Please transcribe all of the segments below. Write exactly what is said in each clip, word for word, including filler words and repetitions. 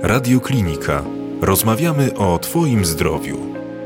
Radio Klinika. Rozmawiamy o Twoim zdrowiu.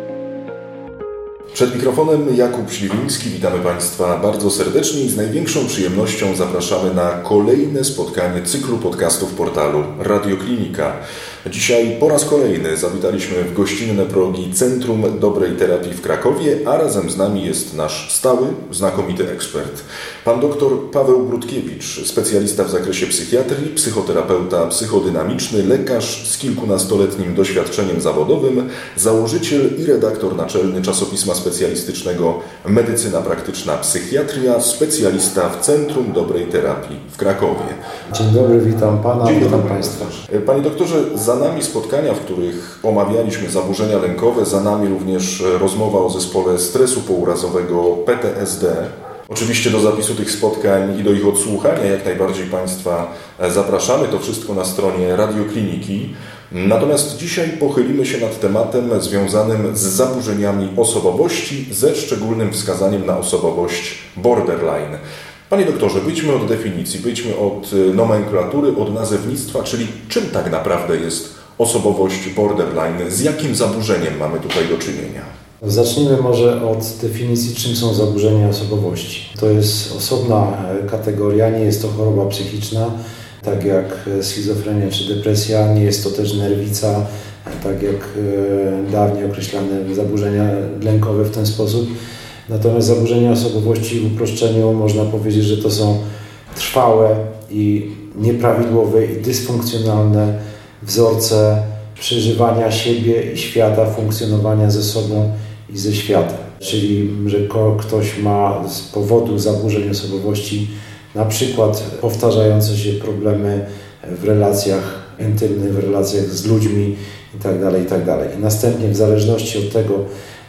Przed mikrofonem Jakub Śliwiński. Witamy Państwa bardzo serdecznie i z największą przyjemnością zapraszamy na kolejne spotkanie cyklu podcastów portalu Radio Klinika. Dzisiaj po raz kolejny zawitaliśmy w gościnne progi Centrum Dobrej Terapii w Krakowie, a razem z nami jest nasz stały, znakomity ekspert. Pan doktor Paweł Brudkiewicz, specjalista w zakresie psychiatrii, psychoterapeuta psychodynamiczny, lekarz z kilkunastoletnim doświadczeniem zawodowym, założyciel i redaktor naczelny czasopisma specjalistycznego Medycyna Praktyczna Psychiatria, specjalista w Centrum Dobrej Terapii w Krakowie. Dzień dobry, witam Pana, Dzień witam dobry, Państwa. Panie doktorze, za nami spotkania, w których omawialiśmy zaburzenia lękowe, za nami również rozmowa o zespole stresu pourazowego P T S D. Oczywiście do zapisu tych spotkań i do ich odsłuchania jak najbardziej Państwa zapraszamy. To wszystko na stronie Radiokliniki. Natomiast dzisiaj pochylimy się nad tematem związanym z zaburzeniami osobowości, ze szczególnym wskazaniem na osobowość borderline. Panie doktorze, wyjdźmy od definicji, wyjdźmy od nomenklatury, od nazewnictwa, czyli czym tak naprawdę jest osobowość borderline, z jakim zaburzeniem mamy tutaj do czynienia? Zacznijmy może od definicji, czym są zaburzenia osobowości. To jest osobna kategoria, nie jest to choroba psychiczna, tak jak schizofrenia czy depresja, nie jest to też nerwica, tak jak dawniej określane zaburzenia lękowe w ten sposób. Natomiast zaburzenia osobowości w uproszczeniu można powiedzieć, że to są trwałe i nieprawidłowe i dysfunkcjonalne wzorce przeżywania siebie i świata, funkcjonowania ze sobą i ze światem. Czyli, że ktoś ma z powodu zaburzeń osobowości na przykład powtarzające się problemy w relacjach intymnych, w relacjach z ludźmi itd., itd. I następnie w zależności od tego,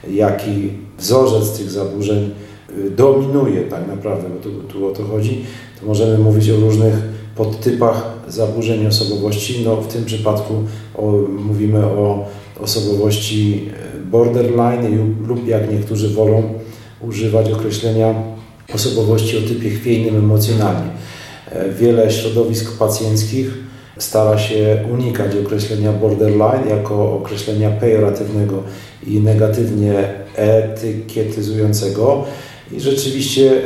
jaki wzorzec tych zaburzeń dominuje tak naprawdę, bo tu, tu o to chodzi, to możemy mówić o różnych podtypach zaburzeń osobowości. No, w tym przypadku o, mówimy o osobowości borderline lub jak niektórzy wolą używać określenia osobowości o typie chwiejnym emocjonalnie. Wiele środowisk pacjenckich stara się unikać określenia borderline jako określenia pejoratywnego i negatywnie etykietyzującego. I rzeczywiście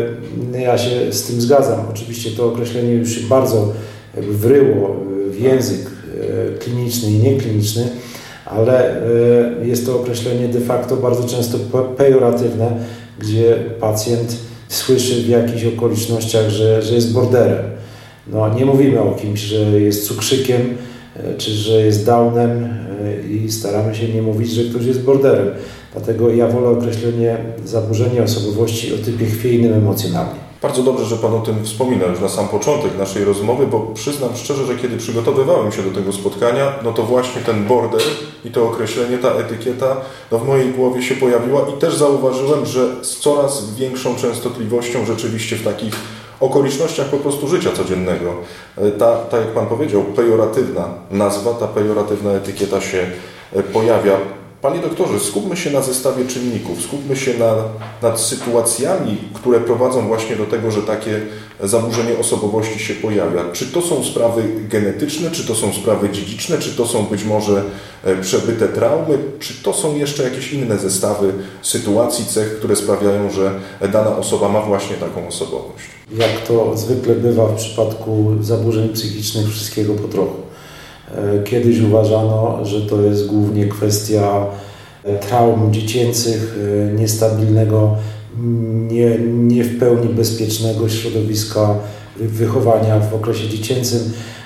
ja się z tym zgadzam. Oczywiście to określenie już się bardzo wryło w język kliniczny i niekliniczny, ale jest to określenie de facto bardzo często pejoratywne, gdzie pacjent słyszy w jakichś okolicznościach, że, że jest borderem. No, nie mówimy o kimś, że jest cukrzykiem, czy że jest downem i staramy się nie mówić, że ktoś jest borderem. Dlatego ja wolę określenie zaburzenia osobowości o typie chwiejnym emocjonalnie. Bardzo dobrze, że Pan o tym wspomina już na sam początek naszej rozmowy, bo przyznam szczerze, że kiedy przygotowywałem się do tego spotkania, no to właśnie ten border i to określenie, ta etykieta, no w mojej głowie się pojawiła i też zauważyłem, że z coraz większą częstotliwością rzeczywiście w takich okolicznościach po prostu życia codziennego. Ta, tak jak Pan powiedział, pejoratywna nazwa, ta pejoratywna etykieta się pojawia. Panie doktorze, skupmy się na zestawie czynników, skupmy się na, nad sytuacjami, które prowadzą właśnie do tego, że takie zaburzenie osobowości się pojawia. Czy to są sprawy genetyczne, czy to są sprawy dziedziczne, czy to są być może przebyte traumy, czy to są jeszcze jakieś inne zestawy sytuacji, cech, które sprawiają, że dana osoba ma właśnie taką osobowość? Jak to zwykle bywa w przypadku zaburzeń psychicznych, wszystkiego po trochu. Kiedyś uważano, że to jest głównie kwestia traum dziecięcych, niestabilnego, nie, nie w pełni bezpiecznego środowiska wychowania w okresie dziecięcym,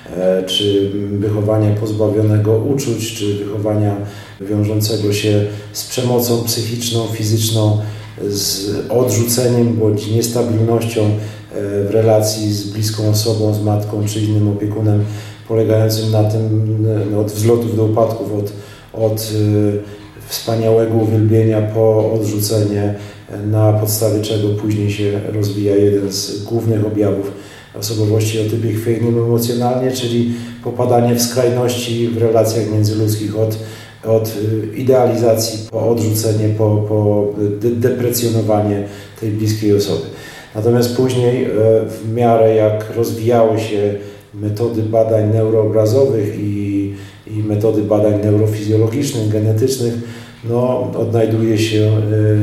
czy wychowania pozbawionego uczuć, czy wychowania wiążącego się z przemocą psychiczną, fizyczną, z odrzuceniem bądź niestabilnością w relacji z bliską osobą, z matką czy innym opiekunem, polegającym na tym, no, od wzlotów do upadków, od, od y, wspaniałego uwielbienia po odrzucenie, na podstawie czego później się rozwija jeden z głównych objawów osobowości o typie chwiejnym emocjonalnie, czyli popadanie w skrajności w relacjach międzyludzkich od, od idealizacji po odrzucenie, po, po de- deprecjonowanie tej bliskiej osoby. Natomiast później w miarę jak rozwijały się metody badań neuroobrazowych i, i metody badań neurofizjologicznych, genetycznych, no, odnajduje się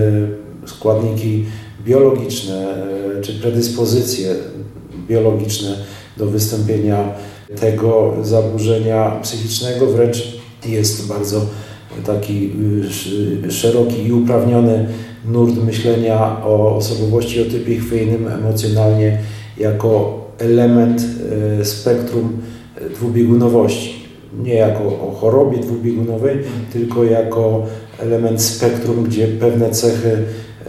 składniki biologiczne czy predyspozycje biologiczne do wystąpienia tego zaburzenia psychicznego. Wręcz jest bardzo taki szeroki i uprawniony nurt myślenia o osobowości o typie chwiejnym emocjonalnie jako element spektrum dwubiegunowości. Nie jako o chorobie dwubiegunowej, tylko jako element spektrum, gdzie pewne cechy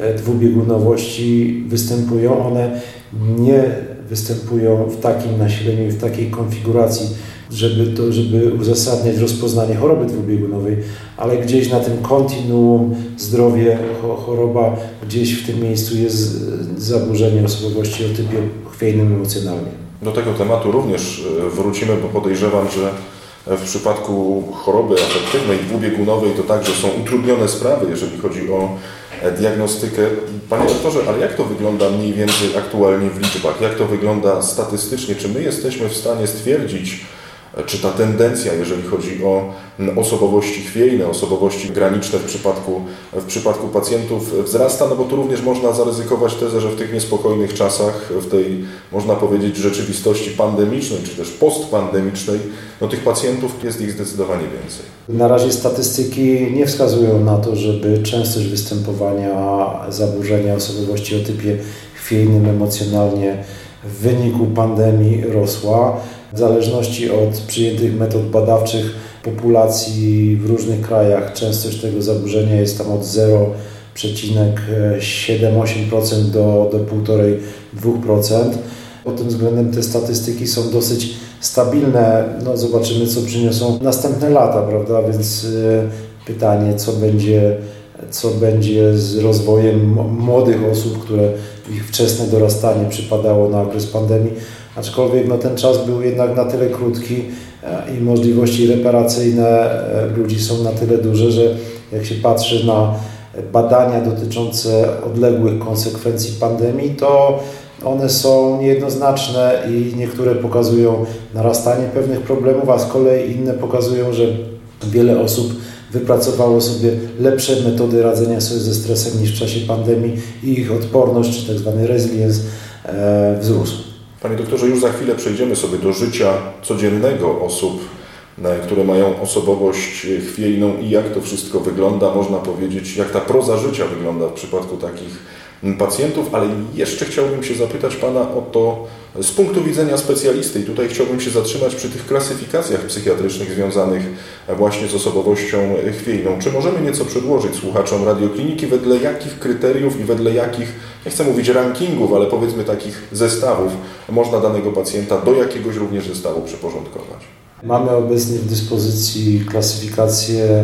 dwubiegunowości występują. One nie występują w takim nasileniu i w takiej konfiguracji, żeby, to, żeby uzasadniać rozpoznanie choroby dwubiegunowej, ale gdzieś na tym kontinuum zdrowie, choroba, gdzieś w tym miejscu jest zaburzenie osobowości o typie chwiejnym emocjonalnie. Do tego tematu również wrócimy, bo podejrzewam, że w przypadku choroby afektywnej, dwubiegunowej to także są utrudnione sprawy, jeżeli chodzi o diagnostykę. Panie doktorze, ale jak to wygląda mniej więcej aktualnie w liczbach? Jak to wygląda statystycznie? Czy my jesteśmy w stanie stwierdzić, czy ta tendencja, jeżeli chodzi o osobowości chwiejne, osobowości graniczne w przypadku, w przypadku pacjentów wzrasta? No bo tu również można zaryzykować tezę, że w tych niespokojnych czasach, w tej, można powiedzieć, rzeczywistości pandemicznej, czy też postpandemicznej, no tych pacjentów jest ich zdecydowanie więcej. Na razie statystyki nie wskazują na to, żeby częstość występowania zaburzenia osobowości o typie chwiejnym emocjonalnie w wyniku pandemii rosła. W zależności od przyjętych metod badawczych populacji w różnych krajach częstość tego zaburzenia jest tam od zero przecinek siedem do ośmiu procent do, do półtora do dwóch procent. Pod tym względem te statystyki są dosyć stabilne. No, zobaczymy, co przyniosą następne lata, prawda? Więc y, pytanie, co będzie, co będzie z rozwojem młodych osób, które ich wczesne dorastanie przypadało na okres pandemii. Aczkolwiek no, ten czas był jednak na tyle krótki i możliwości reparacyjne ludzi są na tyle duże, że jak się patrzy na badania dotyczące odległych konsekwencji pandemii, to one są niejednoznaczne i niektóre pokazują narastanie pewnych problemów, a z kolei inne pokazują, że wiele osób wypracowało sobie lepsze metody radzenia sobie ze stresem niż w czasie pandemii i ich odporność, czy tak zwany resilience, wzrósł. Panie doktorze, już za chwilę przejdziemy sobie do życia codziennego osób, które mają osobowość chwiejną i jak to wszystko wygląda, można powiedzieć, jak ta proza życia wygląda w przypadku takich pacjentów, ale jeszcze chciałbym się zapytać Pana o to z punktu widzenia specjalisty i tutaj chciałbym się zatrzymać przy tych klasyfikacjach psychiatrycznych związanych właśnie z osobowością chwiejną. Czy możemy nieco przedłożyć słuchaczom Radiokliniki, wedle jakich kryteriów i wedle jakich, nie chcę mówić rankingów, ale powiedzmy takich zestawów można danego pacjenta do jakiegoś również zestawu przyporządkować? Mamy obecnie w dyspozycji klasyfikację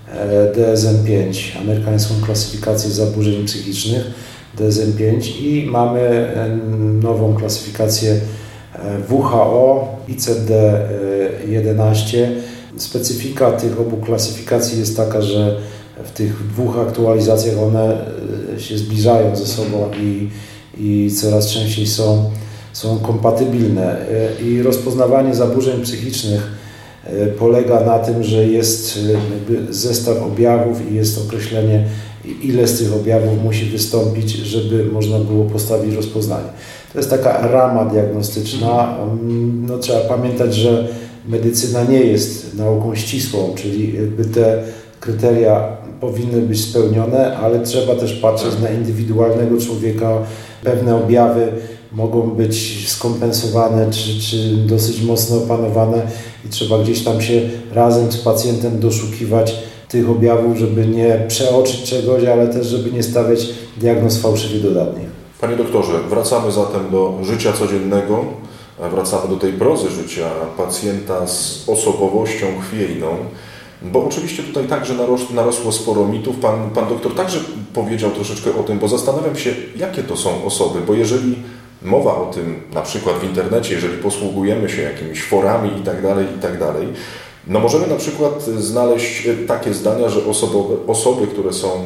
D S M pięć, amerykańską klasyfikację zaburzeń psychicznych D S M pięć i mamy nową klasyfikację W H O I C D jedenaście. Specyfika tych obu klasyfikacji jest taka, że w tych dwóch aktualizacjach one się zbliżają ze sobą i, i coraz częściej są, są kompatybilne. I rozpoznawanie zaburzeń psychicznych polega na tym, że jest jakby zestaw objawów i jest określenie, ile z tych objawów musi wystąpić, żeby można było postawić rozpoznanie. To jest taka rama diagnostyczna. No, trzeba pamiętać, że medycyna nie jest nauką ścisłą, czyli jakby te kryteria powinny być spełnione, ale trzeba też patrzeć na indywidualnego człowieka. Pewne objawy mogą być skompensowane czy, czy dosyć mocno opanowane i trzeba gdzieś tam się razem z pacjentem doszukiwać tych objawów, żeby nie przeoczyć czegoś, ale też żeby nie stawiać diagnoz fałszywie dodatnich. Panie doktorze, wracamy zatem do życia codziennego, wracamy do tej prozy życia pacjenta z osobowością chwiejną, bo oczywiście tutaj także narosło sporo mitów. Pan, pan doktor także powiedział troszeczkę o tym, bo zastanawiam się, jakie to są osoby, bo jeżeli mowa o tym na przykład w internecie, jeżeli posługujemy się jakimiś forami i tak dalej, i tak dalej, no możemy na przykład znaleźć takie zdania, że osoby, osoby które są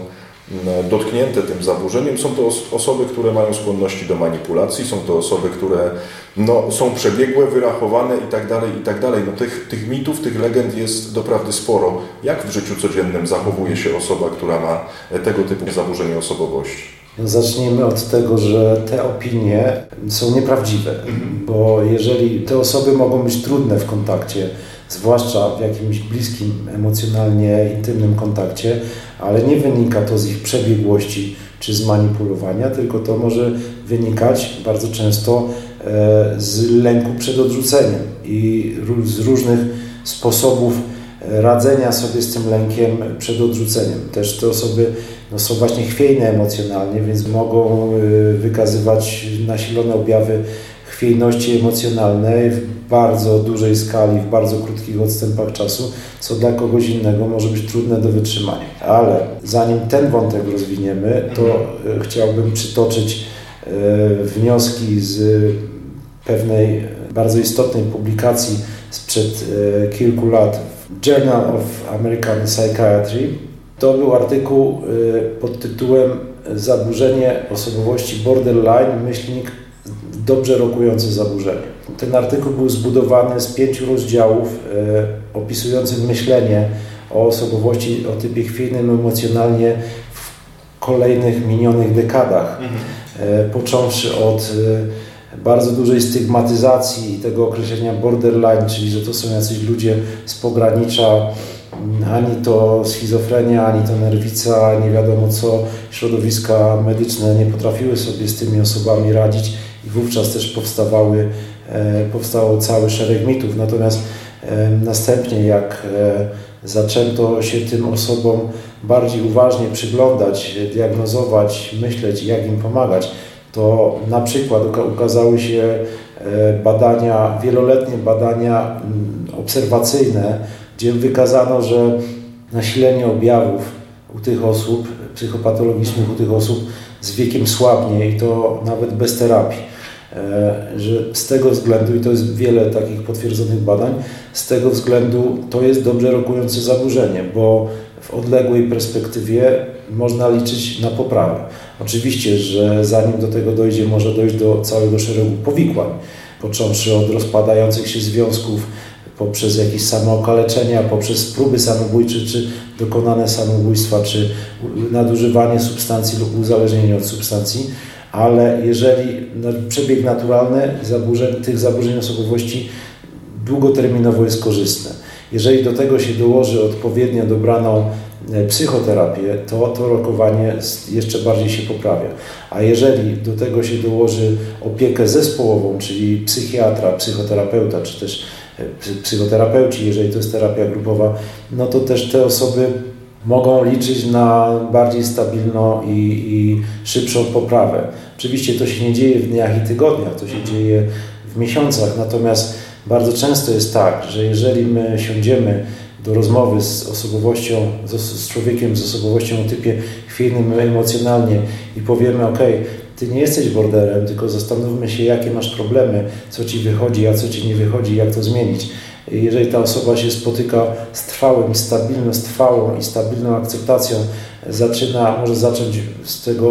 dotknięte tym zaburzeniem. Są to osoby, które mają skłonności do manipulacji, są to osoby, które no, są przebiegłe, wyrachowane i tak dalej, i tak dalej. No, tych, tych mitów, tych legend jest doprawdy sporo. Jak w życiu codziennym zachowuje się osoba, która ma tego typu zaburzenie osobowości? Zacznijmy od tego, że te opinie są nieprawdziwe, mhm. bo jeżeli te osoby mogą być trudne w kontakcie, zwłaszcza w jakimś bliskim, emocjonalnie intymnym kontakcie, ale nie wynika to z ich przebiegłości czy z manipulowania, tylko to może wynikać bardzo często z lęku przed odrzuceniem i z różnych sposobów radzenia sobie z tym lękiem przed odrzuceniem. Też te osoby no, są właśnie chwiejne emocjonalnie, więc mogą wykazywać nasilone objawy chwiejności emocjonalnej w bardzo dużej skali, w bardzo krótkich odstępach czasu, co dla kogoś innego może być trudne do wytrzymania. Ale zanim ten wątek rozwiniemy, to mhm. chciałbym przytoczyć e, wnioski z pewnej bardzo istotnej publikacji sprzed e, kilku lat w Journal of American Psychiatry. To był artykuł e, pod tytułem Zaburzenie osobowości borderline, myślnik dobrze rokujące zaburzenie. Ten artykuł był zbudowany z pięciu rozdziałów e, opisujących myślenie o osobowości o typie chwiejnym emocjonalnie w kolejnych minionych dekadach. Mhm. E, począwszy od e, bardzo dużej stygmatyzacji i tego określenia borderline, czyli że to są jacyś ludzie z pogranicza, ani to schizofrenia, ani to nerwica, nie wiadomo co, środowiska medyczne nie potrafiły sobie z tymi osobami radzić i wówczas też powstawały, e, powstał cały szereg mitów. Natomiast e, następnie jak e, zaczęto się tym osobom bardziej uważnie przyglądać, diagnozować, myśleć, jak im pomagać, to na przykład ukazały się e, badania, wieloletnie badania m, obserwacyjne, gdzie wykazano, że nasilenie objawów u tych osób, psychopatologicznych u tych osób z wiekiem słabnie i to nawet bez terapii. Że z tego względu, i to jest wiele takich potwierdzonych badań, z tego względu to jest dobrze rokujące zaburzenie, bo w odległej perspektywie można liczyć na poprawę. Oczywiście, że zanim do tego dojdzie, może dojść do całego szeregu powikłań, począwszy od rozpadających się związków, poprzez jakieś samookaleczenia, poprzez próby samobójcze, czy dokonane samobójstwa, czy nadużywanie substancji lub uzależnienie od substancji, ale jeżeli no, przebieg naturalny zaburzeń, tych zaburzeń osobowości długoterminowo jest korzystne. Jeżeli do tego się dołoży odpowiednio dobraną psychoterapię, to to rokowanie jeszcze bardziej się poprawia. A jeżeli do tego się dołoży opiekę zespołową, czyli psychiatra, psychoterapeuta, czy też psychoterapeuci, jeżeli to jest terapia grupowa, no to też te osoby mogą liczyć na bardziej stabilną i, i szybszą poprawę. Oczywiście to się nie dzieje w dniach i tygodniach, to się dzieje w miesiącach, natomiast bardzo często jest tak, że jeżeli my siądziemy do rozmowy z osobowością, z człowiekiem z osobowością o typie chwiejnym emocjonalnie i powiemy, ok, ty nie jesteś borderem, tylko zastanówmy się, jakie masz problemy, co ci wychodzi, a co ci nie wychodzi, jak to zmienić. Jeżeli ta osoba się spotyka z trwałym, stabilną, z trwałą i stabilną akceptacją, zaczyna, może zacząć z tego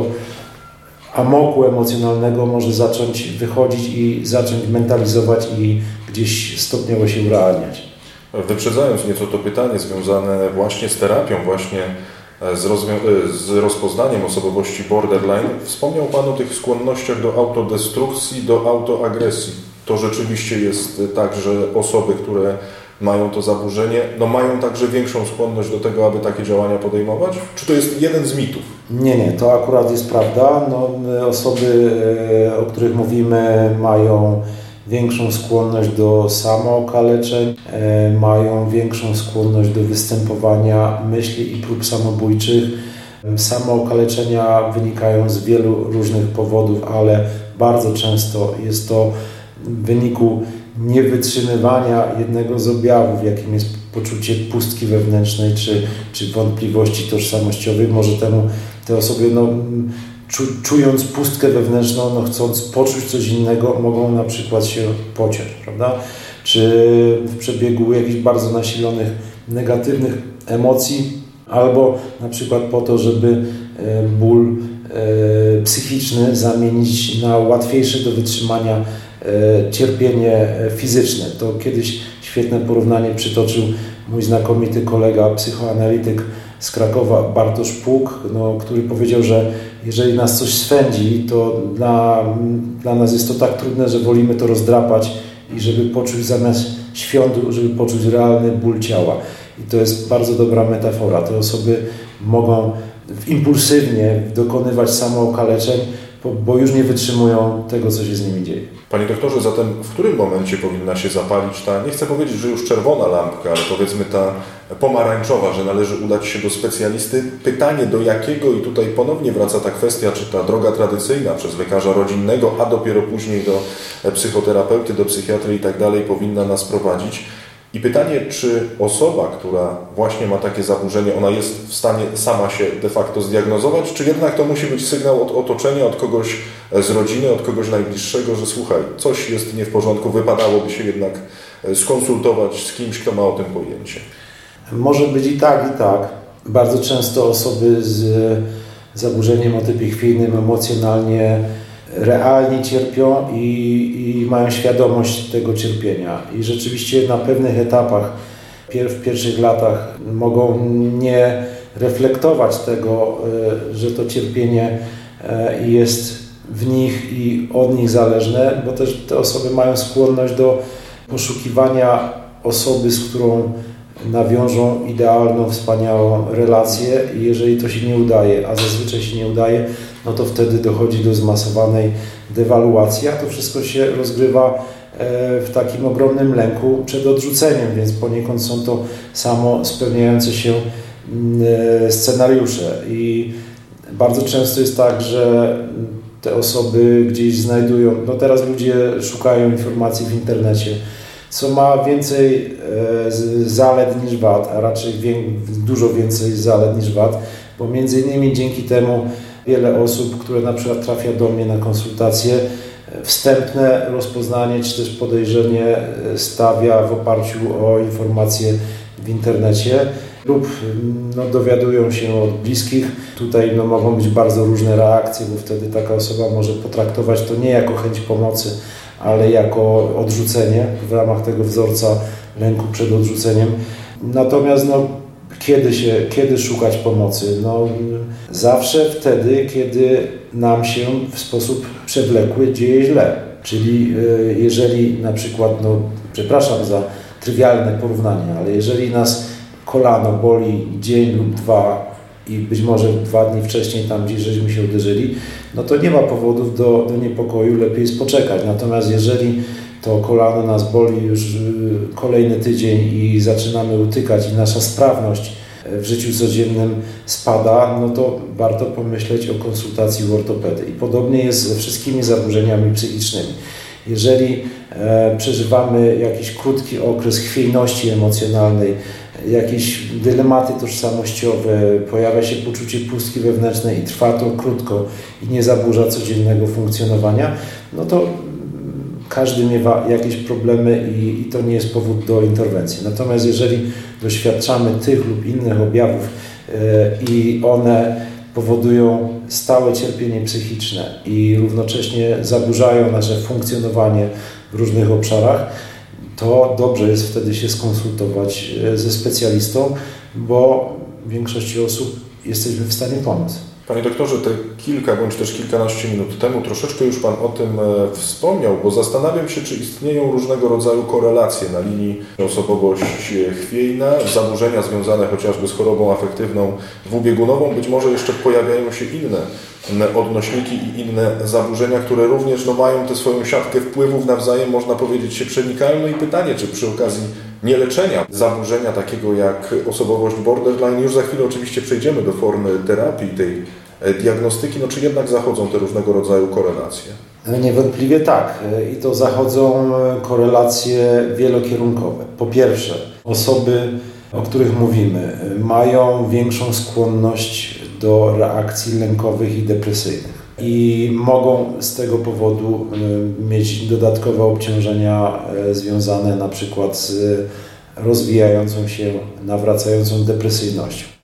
amoku emocjonalnego, może zacząć wychodzić i zacząć mentalizować i gdzieś stopniowo się urealniać. Wyprzedzając nieco to pytanie związane właśnie z terapią, właśnie z, rozwią- z rozpoznaniem osobowości borderline, wspomniał Pan o tych skłonnościach do autodestrukcji, do autoagresji. To rzeczywiście jest tak, że osoby, które mają to zaburzenie, no mają także większą skłonność do tego, aby takie działania podejmować? Czy to jest jeden z mitów? Nie, nie, to akurat jest prawda. No, osoby, o których mówimy, mają większą skłonność do samookaleczeń, mają większą skłonność do występowania myśli i prób samobójczych. Samookaleczenia wynikają z wielu różnych powodów, ale bardzo często jest to w wyniku niewytrzymywania jednego z objawów, jakim jest poczucie pustki wewnętrznej czy, czy wątpliwości tożsamościowych. Może temu te osoby, no, czu, czując pustkę wewnętrzną, no, chcąc poczuć coś innego, mogą na przykład się pociąć, prawda? Czy w przebiegu jakichś bardzo nasilonych negatywnych emocji, albo na przykład po to, żeby ból psychiczny zamienić na łatwiejsze do wytrzymania cierpienie fizyczne. To kiedyś świetne porównanie przytoczył mój znakomity kolega, psychoanalityk z Krakowa, Bartosz Puk, no, który powiedział, że jeżeli nas coś swędzi, to dla, dla nas jest to tak trudne, że wolimy to rozdrapać i żeby poczuć zamiast świątu, żeby poczuć realny ból ciała. I to jest bardzo dobra metafora. Te osoby mogą impulsywnie dokonywać samookaleczeń, bo już nie wytrzymują tego, co się z nimi dzieje. Panie doktorze, zatem w którym momencie powinna się zapalić ta, nie chcę powiedzieć, że już czerwona lampka, ale powiedzmy ta pomarańczowa, że należy udać się do specjalisty? Pytanie do jakiego, i tutaj ponownie wraca ta kwestia, czy ta droga tradycyjna przez lekarza rodzinnego, a dopiero później do psychoterapeuty, do psychiatry i tak dalej powinna nas prowadzić. I pytanie, czy osoba, która właśnie ma takie zaburzenie, ona jest w stanie sama się de facto zdiagnozować, czy jednak to musi być sygnał od otoczenia, od kogoś z rodziny, od kogoś najbliższego, że słuchaj, coś jest nie w porządku, wypadałoby się jednak skonsultować z kimś, kto ma o tym pojęcie. Może być i tak, i tak. Bardzo często osoby z zaburzeniem o typie chwiejnym emocjonalnie realnie cierpią i, i mają świadomość tego cierpienia. I rzeczywiście na pewnych etapach, pier, w pierwszych latach mogą nie reflektować tego, że to cierpienie jest w nich i od nich zależne, bo też te osoby mają skłonność do poszukiwania osoby, z którą nawiążą idealną, wspaniałą relację i jeżeli to się nie udaje, a zazwyczaj się nie udaje, no to wtedy dochodzi do zmasowanej dewaluacji, a to wszystko się rozgrywa w takim ogromnym lęku przed odrzuceniem, więc poniekąd są to samo spełniające się scenariusze i bardzo często jest tak, że te osoby gdzieś znajdują, no teraz ludzie szukają informacji w internecie, co ma więcej zalet niż wad, a raczej dużo więcej zalet niż wad, bo między innymi dzięki temu wiele osób, które na przykład trafia do mnie na konsultacje, wstępne rozpoznanie czy też podejrzenie stawia w oparciu o informacje w internecie lub no, dowiadują się od bliskich. Tutaj no, mogą być bardzo różne reakcje, bo wtedy taka osoba może potraktować to nie jako chęć pomocy, ale jako odrzucenie w ramach tego wzorca lęku przed odrzuceniem. Natomiast no, kiedy, się, kiedy szukać pomocy? No, zawsze wtedy, kiedy nam się w sposób przewlekły dzieje źle. Czyli jeżeli na przykład, no, przepraszam za trywialne porównanie, ale jeżeli nas kolano boli dzień lub dwa i być może dwa dni wcześniej tam gdzieś żeśmy się uderzyli, no to nie ma powodów do, do niepokoju, lepiej jest poczekać. Natomiast jeżeli to kolano nas boli już kolejny tydzień i zaczynamy utykać i nasza sprawność w życiu codziennym spada, no to warto pomyśleć o konsultacji u ortopedy. I podobnie jest ze wszystkimi zaburzeniami psychicznymi. Jeżeli e, przeżywamy jakiś krótki okres chwiejności emocjonalnej, jakieś dylematy tożsamościowe, pojawia się poczucie pustki wewnętrznej i trwa to krótko i nie zaburza codziennego funkcjonowania, no to każdy miewa jakieś problemy i, i to nie jest powód do interwencji. Natomiast jeżeli doświadczamy tych lub innych objawów yy, i one powodują stałe cierpienie psychiczne i równocześnie zaburzają nasze funkcjonowanie w różnych obszarach, to dobrze jest wtedy się skonsultować ze specjalistą, bo w większości osób jesteśmy w stanie pomóc. Panie doktorze, te kilka bądź też kilkanaście minut temu troszeczkę już Pan o tym wspomniał, bo zastanawiam się, czy istnieją różnego rodzaju korelacje na linii osobowość chwiejna, zaburzenia związane chociażby z chorobą afektywną dwubiegunową, być może jeszcze pojawiają się inne odnośniki i inne zaburzenia, które również no, mają tę swoją siatkę wpływów nawzajem, można powiedzieć, się przenikają. No i pytanie, czy przy okazji nieleczenia zaburzenia takiego jak osobowość borderline, już za chwilę oczywiście przejdziemy do formy terapii, tej diagnostyki, no czy jednak zachodzą te różnego rodzaju korelacje? Niewątpliwie tak. I to zachodzą korelacje wielokierunkowe. Po pierwsze, osoby, o których mówimy, mają większą skłonność do reakcji lękowych i depresyjnych i mogą z tego powodu mieć dodatkowe obciążenia związane na przykład z rozwijającą się, nawracającą depresyjnością.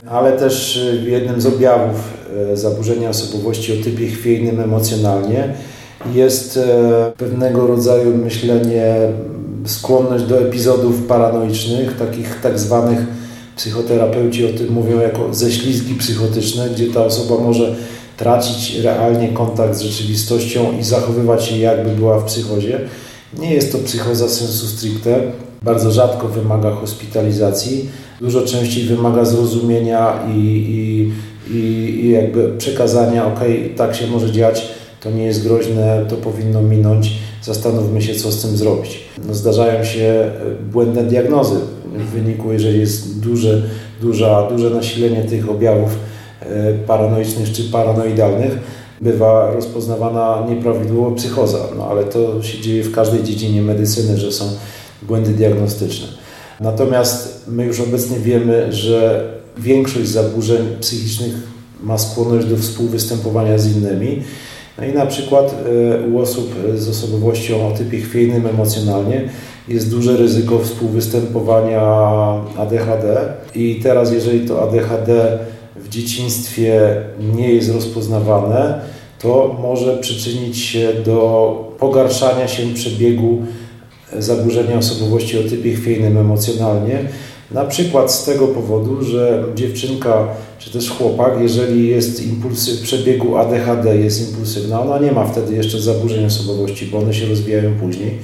ale też jednym z objawów zaburzenia osobowości o typie chwiejnym emocjonalnie jest pewnego rodzaju myślenie, skłonność do epizodów paranoicznych, takich tak zwanych, psychoterapeuci o tym mówią jako ześlizgi psychotyczne, gdzie ta osoba może tracić realnie kontakt z rzeczywistością i zachowywać się, jakby była w psychozie. Nie jest to psychoza sensu stricte, bardzo rzadko wymaga hospitalizacji, dużo częściej wymaga zrozumienia i, i, i, i jakby przekazania, ok, tak się może dziać, to nie jest groźne, to powinno minąć, zastanówmy się, co z tym zrobić. No, zdarzają się błędne diagnozy w wyniku, jeżeli jest duże, duża, duże nasilenie tych objawów paranoicznych czy paranoidalnych, bywa rozpoznawana nieprawidłowo psychoza, no ale to się dzieje w każdej dziedzinie medycyny, że są błędy diagnostyczne. Natomiast my już obecnie wiemy, że większość zaburzeń psychicznych ma skłonność do współwystępowania z innymi. No i na przykład u osób z osobowością o typie chwiejnym emocjonalnie jest duże ryzyko współwystępowania A D H D i teraz jeżeli to A D H D w dzieciństwie nie jest rozpoznawane, to może przyczynić się do pogarszania się przebiegu zaburzenia osobowości o typie chwiejnym emocjonalnie. Na przykład z tego powodu, że dziewczynka czy też chłopak, jeżeli jest impulsy w przebiegu A D H D, jest impulsywna, ona nie ma wtedy jeszcze zaburzeń osobowości, bo one się rozwijają później.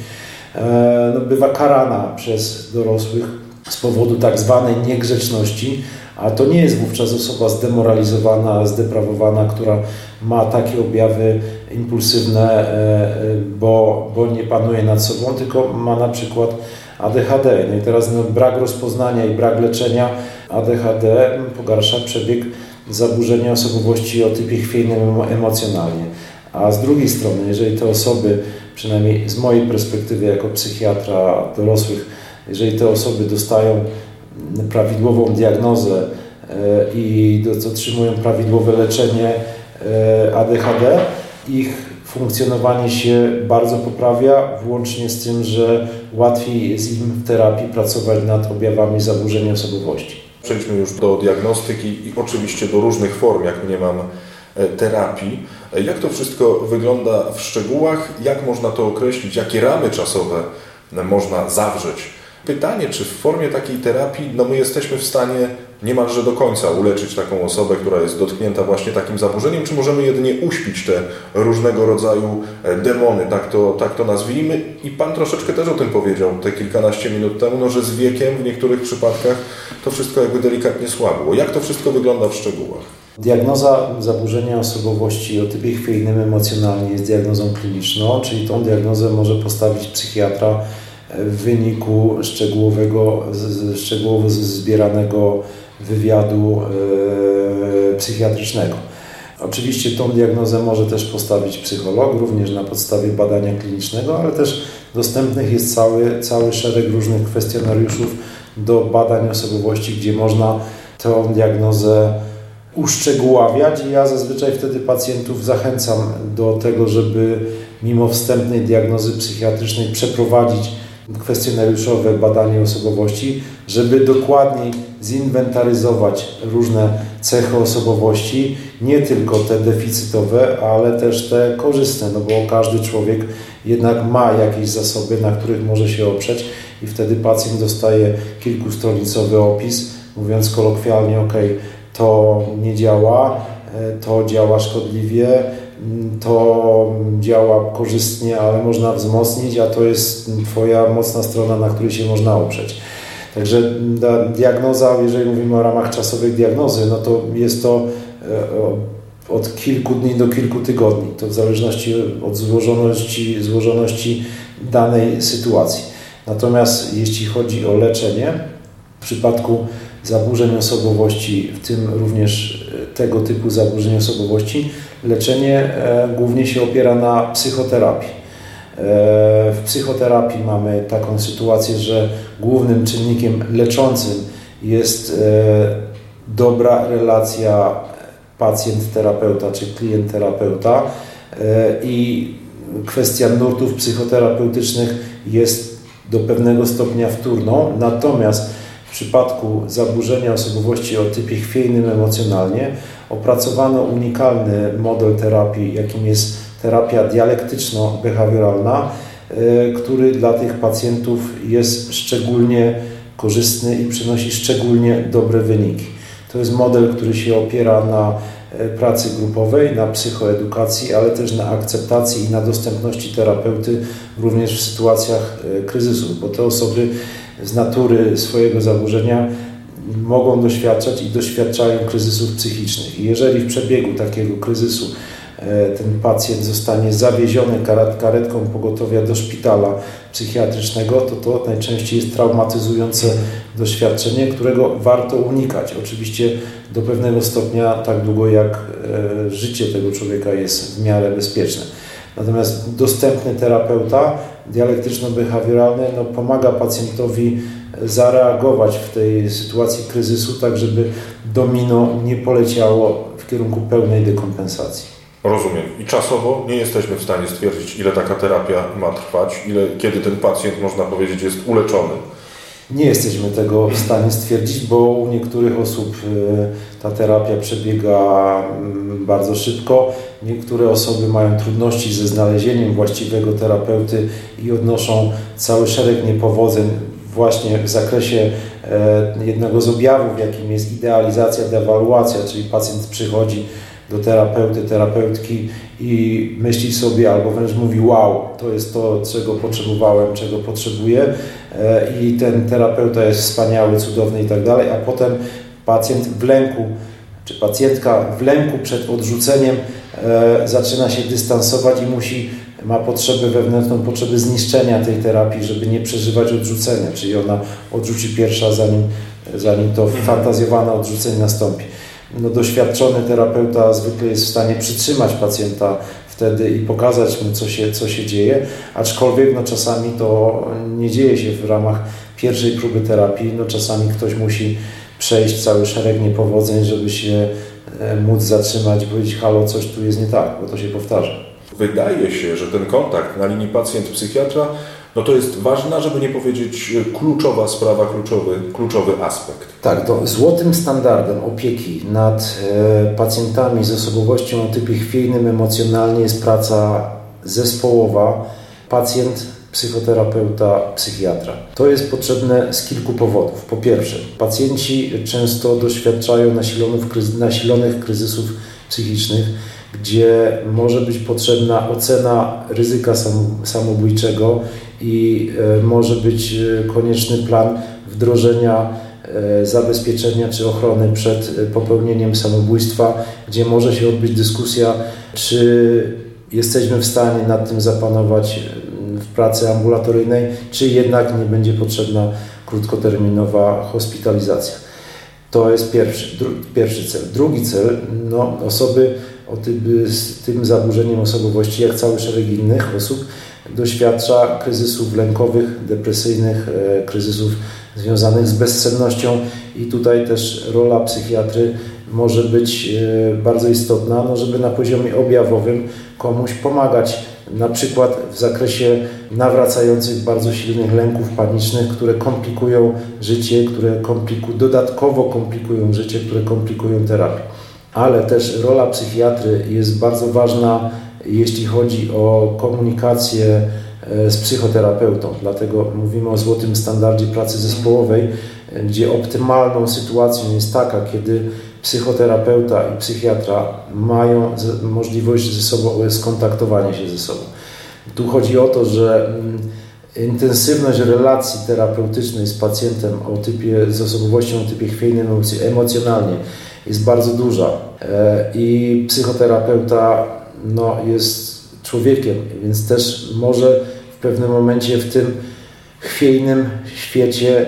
No, bywa karana przez dorosłych z powodu tak zwanej niegrzeczności, a to nie jest wówczas osoba zdemoralizowana, zdeprawowana, która ma takie objawy impulsywne, bo, bo nie panuje nad sobą, tylko ma na przykład A D H D. No i teraz no, brak rozpoznania i brak leczenia A D H D pogarsza przebieg zaburzenia osobowości o typie chwiejnym emocjonalnie. A z drugiej strony, jeżeli te osoby, przynajmniej z mojej perspektywy jako psychiatra dorosłych, jeżeli te osoby dostają prawidłową diagnozę i otrzymują prawidłowe leczenie A D H D, ich funkcjonowanie się bardzo poprawia, włącznie z tym, że łatwiej jest im w terapii pracować nad objawami zaburzenia osobowości. Przejdźmy już do diagnostyki i oczywiście do różnych form, jak mniemam, terapii. Jak to wszystko wygląda w szczegółach? Jak można to określić? Jakie ramy czasowe można zawrzeć? Pytanie, czy w formie takiej terapii no my jesteśmy w stanie niemalże do końca uleczyć taką osobę, która jest dotknięta właśnie takim zaburzeniem, czy możemy jedynie uśpić te różnego rodzaju demony, tak to, tak to nazwijmy. I Pan troszeczkę też o tym powiedział te kilkanaście minut temu, no, że z wiekiem w niektórych przypadkach to wszystko jakby delikatnie słabło. Jak to wszystko wygląda w szczegółach? Diagnoza zaburzenia osobowości o typie chwiejnym emocjonalnie jest diagnozą kliniczną, czyli tą diagnozę może postawić psychiatra w wyniku szczegółowego, szczegółowo zbieranego wywiadu e, psychiatrycznego. Oczywiście tą diagnozę może też postawić psycholog, również na podstawie badania klinicznego, ale też dostępnych jest cały, cały szereg różnych kwestionariuszów do badań osobowości, gdzie można tę diagnozę uszczegóławiać i ja zazwyczaj wtedy pacjentów zachęcam do tego, żeby mimo wstępnej diagnozy psychiatrycznej przeprowadzić kwestionariuszowe badanie osobowości, żeby dokładniej zinwentaryzować różne cechy osobowości, nie tylko te deficytowe, ale też te korzystne, no bo każdy człowiek jednak ma jakieś zasoby, na których może się oprzeć i wtedy pacjent dostaje kilkustronicowy opis, mówiąc kolokwialnie, ok, to nie działa, to działa szkodliwie, to działa korzystnie, ale można wzmocnić, a to jest Twoja mocna strona, na której się można oprzeć. Także diagnoza, jeżeli mówimy o ramach czasowej diagnozy, no to jest to od kilku dni do kilku tygodni, to w zależności od złożoności, złożoności danej sytuacji. Natomiast jeśli chodzi o leczenie, w przypadku zaburzeń osobowości, w tym również tego typu zaburzeń osobowości, leczenie głównie się opiera na psychoterapii. W psychoterapii mamy taką sytuację, że głównym czynnikiem leczącym jest dobra relacja pacjent-terapeuta czy klient-terapeuta i kwestia nurtów psychoterapeutycznych jest do pewnego stopnia wtórną, natomiast w przypadku zaburzenia osobowości o typie chwiejnym emocjonalnie opracowano unikalny model terapii, jakim jest terapia dialektyczno-behawioralna, który dla tych pacjentów jest szczególnie korzystny i przynosi szczególnie dobre wyniki. To jest model, który się opiera na pracy grupowej, na psychoedukacji, ale też na akceptacji i na dostępności terapeuty również w sytuacjach kryzysu, bo te osoby z natury swojego zaburzenia mogą doświadczać i doświadczają kryzysów psychicznych. I jeżeli w przebiegu takiego kryzysu ten pacjent zostanie zawieziony karetką pogotowia do szpitala psychiatrycznego, to to najczęściej jest traumatyzujące doświadczenie, którego warto unikać. Oczywiście do pewnego stopnia tak długo jak życie tego człowieka jest w miarę bezpieczne. Natomiast dostępny terapeuta dialektyczno-behawioralny no, pomaga pacjentowi zareagować w tej sytuacji kryzysu, tak żeby domino nie poleciało w kierunku pełnej dekompensacji. Rozumiem. I czasowo nie jesteśmy w stanie stwierdzić, ile taka terapia ma trwać, ile, kiedy ten pacjent, można powiedzieć, jest uleczony. Nie jesteśmy tego w stanie stwierdzić, bo u niektórych osób ta terapia przebiega bardzo szybko. Niektóre osoby mają trudności ze znalezieniem właściwego terapeuty i odnoszą cały szereg niepowodzeń właśnie w zakresie jednego z objawów, jakim jest idealizacja, dewaluacja, czyli pacjent przychodzi do terapeuty, terapeutki i myśli sobie albo wręcz mówi wow, to jest to, czego potrzebowałem, czego potrzebuję i ten terapeuta jest wspaniały, cudowny i tak dalej, a potem pacjent w lęku, czy pacjentka w lęku przed odrzuceniem zaczyna się dystansować i musi, ma potrzebę wewnętrzną, potrzebę zniszczenia tej terapii, żeby nie przeżywać odrzucenia, czyli ona odrzuci pierwsza, zanim, zanim to fantazjowane odrzucenie nastąpi. No, doświadczony terapeuta zwykle jest w stanie przytrzymać pacjenta wtedy i pokazać mu, co się, co się dzieje, aczkolwiek no, czasami to nie dzieje się w ramach pierwszej próby terapii. No, czasami ktoś musi przejść cały szereg niepowodzeń, żeby się móc zatrzymać i powiedzieć, halo, coś tu jest nie tak, bo to się powtarza. Wydaje się, że ten kontakt na linii pacjent-psychiatra no to jest ważna, żeby nie powiedzieć kluczowa sprawa, kluczowy, kluczowy aspekt. Tak, to złotym standardem opieki nad e, pacjentami z osobowością o typie chwiejnym emocjonalnie jest praca zespołowa, pacjent, psychoterapeuta, psychiatra. To jest potrzebne z kilku powodów. Po pierwsze, pacjenci często doświadczają nasilonych, kryzy, nasilonych kryzysów psychicznych, gdzie może być potrzebna ocena ryzyka samobójczego i może być konieczny plan wdrożenia zabezpieczenia czy ochrony przed popełnieniem samobójstwa, gdzie może się odbyć dyskusja, czy jesteśmy w stanie nad tym zapanować w pracy ambulatoryjnej, czy jednak nie będzie potrzebna krótkoterminowa hospitalizacja. To jest pierwszy, dru, pierwszy cel. Drugi cel, no, osoby o tym, z tym zaburzeniem osobowości, jak cały szereg innych osób, doświadcza kryzysów lękowych, depresyjnych, e, kryzysów związanych z bezsennością i tutaj też rola psychiatry może być e, bardzo istotna, no, żeby na poziomie objawowym komuś pomagać, na przykład w zakresie nawracających bardzo silnych lęków panicznych, które komplikują życie, które kompliku, dodatkowo komplikują życie, które komplikują terapię. Ale też rola psychiatry jest bardzo ważna, jeśli chodzi o komunikację z psychoterapeutą. Dlatego mówimy o złotym standardzie pracy zespołowej, gdzie optymalną sytuacją jest taka, kiedy psychoterapeuta i psychiatra mają możliwość ze sobą skontaktowania się ze sobą. Tu chodzi o to, że intensywność relacji terapeutycznej z pacjentem o typie, z osobowością o typie chwiejnym emocjonalnie jest bardzo duża i psychoterapeuta no, jest człowiekiem, więc też może w pewnym momencie w tym chwiejnym świecie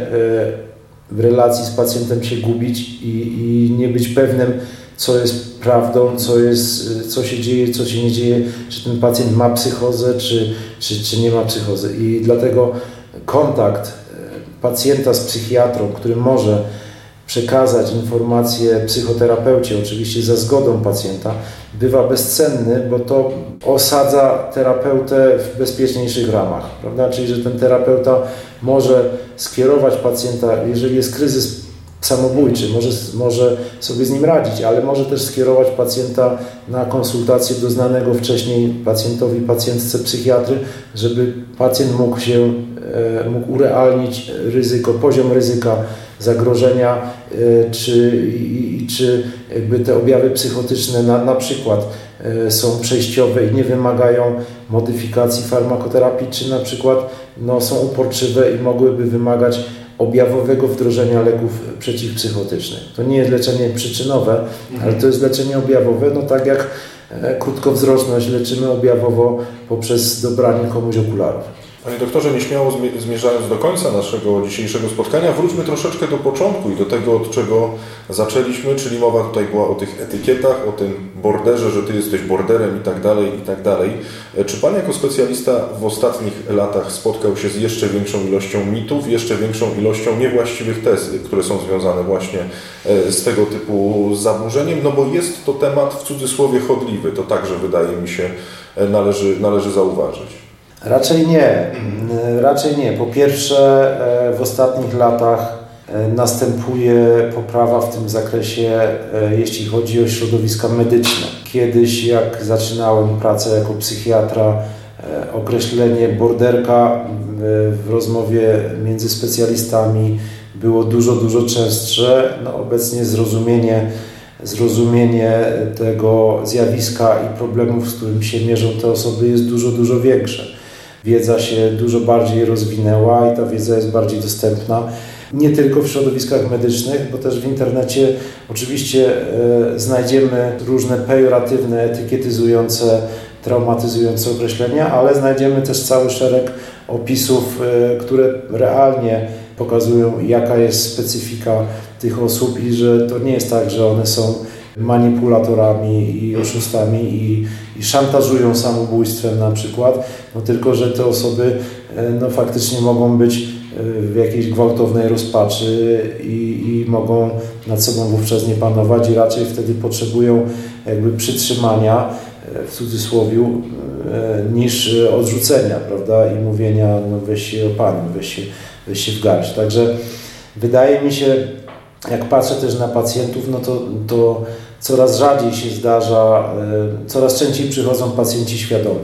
w relacji z pacjentem się gubić i, i nie być pewnym, co jest prawdą, co, jest, co się dzieje, co się nie dzieje, czy ten pacjent ma psychozę, czy, czy, czy nie ma psychozy. I dlatego kontakt pacjenta z psychiatrą, który może przekazać informacje psychoterapeucie, oczywiście za zgodą pacjenta, bywa bezcenny, bo to osadza terapeutę w bezpieczniejszych ramach, prawda? Czyli, że ten terapeuta może skierować pacjenta, jeżeli jest kryzys samobójczy, może, może sobie z nim radzić, ale może też skierować pacjenta na konsultację do znanego wcześniej pacjentowi, pacjentce psychiatry, żeby pacjent mógł się, mógł urealnić ryzyko, poziom ryzyka zagrożenia, czy, i, czy jakby te objawy psychotyczne na, na przykład są przejściowe i nie wymagają modyfikacji farmakoterapii, czy na przykład no, są uporczywe i mogłyby wymagać objawowego wdrożenia leków przeciwpsychotycznych. To nie jest leczenie przyczynowe, ale to jest leczenie objawowe, no tak jak krótkowzroczność leczymy objawowo poprzez dobranie komuś okularów. Panie doktorze, nieśmiało zmierzając do końca naszego dzisiejszego spotkania, wróćmy troszeczkę do początku i do tego, od czego zaczęliśmy, czyli mowa tutaj była o tych etykietach, o tym borderze, że Ty jesteś borderem i tak dalej, i tak dalej. Czy Pan jako specjalista w ostatnich latach spotkał się z jeszcze większą ilością mitów, jeszcze większą ilością niewłaściwych tez, które są związane właśnie z tego typu zaburzeniem? No bo jest to temat w cudzysłowie chodliwy, to także wydaje mi się należy, należy zauważyć. Raczej nie. Raczej nie. Po pierwsze, w ostatnich latach następuje poprawa w tym zakresie, jeśli chodzi o środowiska medyczne. Kiedyś, jak zaczynałem pracę jako psychiatra, określenie borderka w rozmowie między specjalistami było dużo, dużo częstsze. No, obecnie zrozumienie Zrozumienie tego zjawiska i problemów, z którym się mierzą te osoby, jest dużo, dużo większe. Wiedza się dużo bardziej rozwinęła i ta wiedza jest bardziej dostępna. Nie tylko w środowiskach medycznych, bo też w internecie oczywiście e, znajdziemy różne pejoratywne, etykietyzujące, traumatyzujące określenia, ale znajdziemy też cały szereg opisów, e, które realnie pokazują, jaka jest specyfika tych osób i że to nie jest tak, że one są manipulatorami i oszustami i, i szantażują samobójstwem na przykład, no tylko, że te osoby no, faktycznie mogą być w jakiejś gwałtownej rozpaczy i, i mogą nad sobą wówczas nie panować i raczej wtedy potrzebują jakby przytrzymania w cudzysłowie niż odrzucenia, prawda, i mówienia, no weź się opanie, weź się, weź się w garść. Także wydaje mi się, jak patrzę też na pacjentów, no to, to coraz rzadziej się zdarza, coraz częściej przychodzą pacjenci świadomi,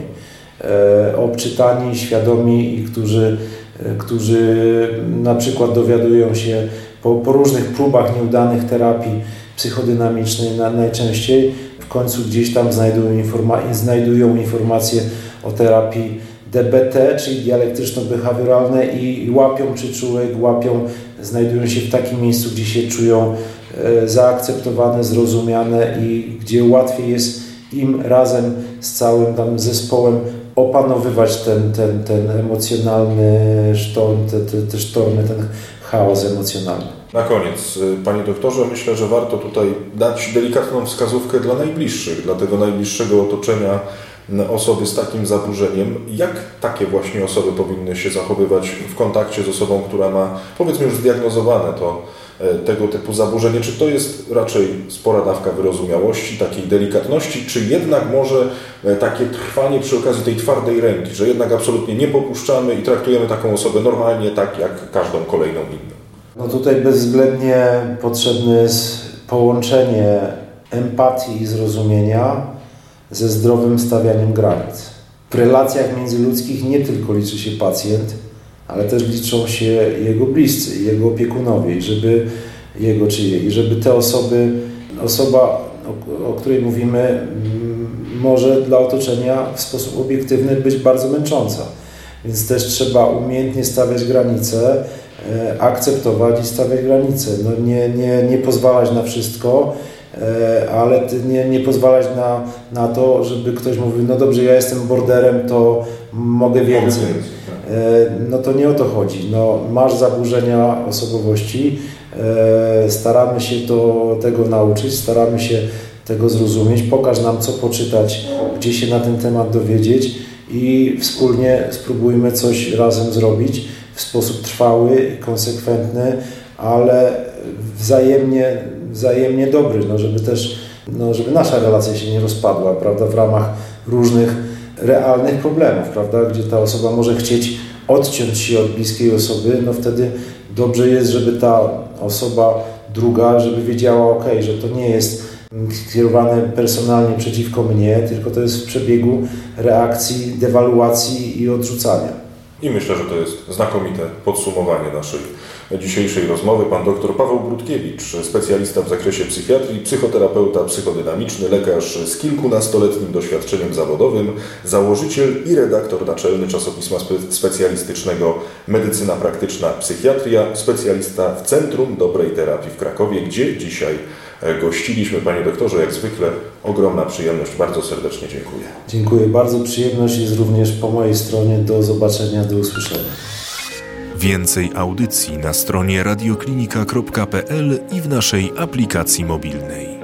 obczytani, świadomi i którzy, którzy na przykład dowiadują się po, po różnych próbach nieudanych terapii psychodynamicznej na, najczęściej w końcu gdzieś tam znajdują, informa- znajdują informacje o terapii D B T, czyli dialektyczno-behawioralne i łapią przyczółek, łapią, znajdują się w takim miejscu, gdzie się czują e, zaakceptowane, zrozumiane i gdzie łatwiej jest im razem z całym tam zespołem opanowywać ten, ten, ten emocjonalny sztorm, te, te, te sztormy, ten chaos emocjonalny. Na koniec, Panie doktorze, myślę, że warto tutaj dać delikatną wskazówkę dla najbliższych, dla tego najbliższego otoczenia osoby z takim zaburzeniem. Jak takie właśnie osoby powinny się zachowywać w kontakcie z osobą, która ma, powiedzmy, już zdiagnozowane to tego typu zaburzenie? Czy to jest raczej spora dawka wyrozumiałości, takiej delikatności, czy jednak może takie trwanie przy okazji tej twardej ręki, że jednak absolutnie nie popuszczamy i traktujemy taką osobę normalnie, tak jak każdą kolejną inną? No tutaj bezwzględnie potrzebne jest połączenie empatii i zrozumienia ze zdrowym stawianiem granic. W relacjach międzyludzkich nie tylko liczy się pacjent, ale też liczą się jego bliscy, jego opiekunowie i żeby jego czy jej, i żeby te osoby, osoba, o, o której mówimy, może dla otoczenia w sposób obiektywny być bardzo męcząca. Więc też trzeba umiejętnie stawiać granice, e, akceptować i stawiać granice. No nie, nie, nie pozwalać na wszystko, e, ale nie, nie pozwalać na, na to, żeby ktoś mówił, no dobrze, ja jestem borderem, to mogę więcej. E, no to nie o to chodzi. No, masz zaburzenia osobowości, e, staramy się to, tego nauczyć, staramy się tego zrozumieć, pokaż nam, co poczytać, gdzie się na ten temat dowiedzieć i wspólnie spróbujmy coś razem zrobić w sposób trwały i konsekwentny, ale wzajemnie, wzajemnie dobry, no żeby też, no żeby nasza relacja się nie rozpadła, prawda, w ramach różnych realnych problemów, prawda, gdzie ta osoba może chcieć odciąć się od bliskiej osoby, no wtedy dobrze jest, żeby ta osoba druga, żeby wiedziała, ok, że to nie jest skierowane personalnie przeciwko mnie, tylko to jest w przebiegu reakcji, dewaluacji i odrzucania. I myślę, że to jest znakomite podsumowanie naszej dzisiejszej rozmowy. Pan dr Paweł Brudkiewicz, specjalista w zakresie psychiatrii, psychoterapeuta psychodynamiczny, lekarz z kilkunastoletnim doświadczeniem zawodowym, założyciel i redaktor naczelny czasopisma spe- specjalistycznego Medycyna Praktyczna Psychiatria, specjalista w Centrum Dobrej Terapii w Krakowie, gdzie dzisiaj gościliśmy. Panie doktorze, jak zwykle ogromna przyjemność. Bardzo serdecznie dziękuję. Dziękuję bardzo. Przyjemność jest również po mojej stronie. Do zobaczenia, do usłyszenia. Więcej audycji na stronie radioklinika kropka p l i w naszej aplikacji mobilnej.